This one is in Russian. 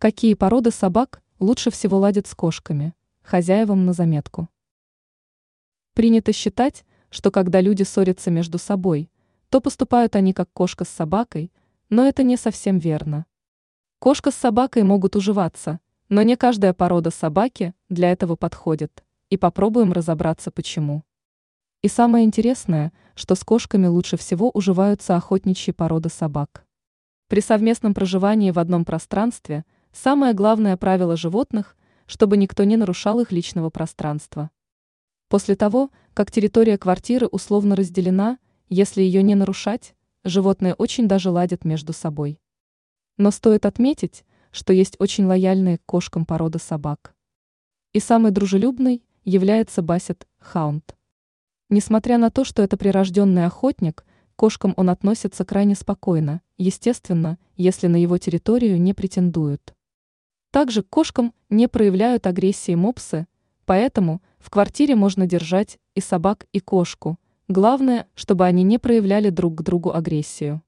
Какие породы собак лучше всего ладят с кошками? Хозяевам на заметку. Принято считать, что когда люди ссорятся между собой, то поступают они как кошка с собакой, но это не совсем верно. Кошка с собакой могут уживаться, но не каждая порода собаки для этого подходит, и попробуем разобраться почему. И самое интересное, что с кошками лучше всего уживаются охотничьи породы собак. При совместном проживании в одном пространстве самое главное правило животных, чтобы никто не нарушал их личного пространства. После того, как территория квартиры условно разделена, если ее не нарушать, животные очень даже ладят между собой. Но стоит отметить, что есть очень лояльные к кошкам породы собак. И самый дружелюбный является бассет хаунд. Несмотря на то, что это прирожденный охотник, к кошкам он относится крайне спокойно, естественно, если на его территорию не претендуют. Также к кошкам не проявляют агрессии мопсы, поэтому в квартире можно держать и собак, и кошку. Главное, чтобы они не проявляли друг к другу агрессию.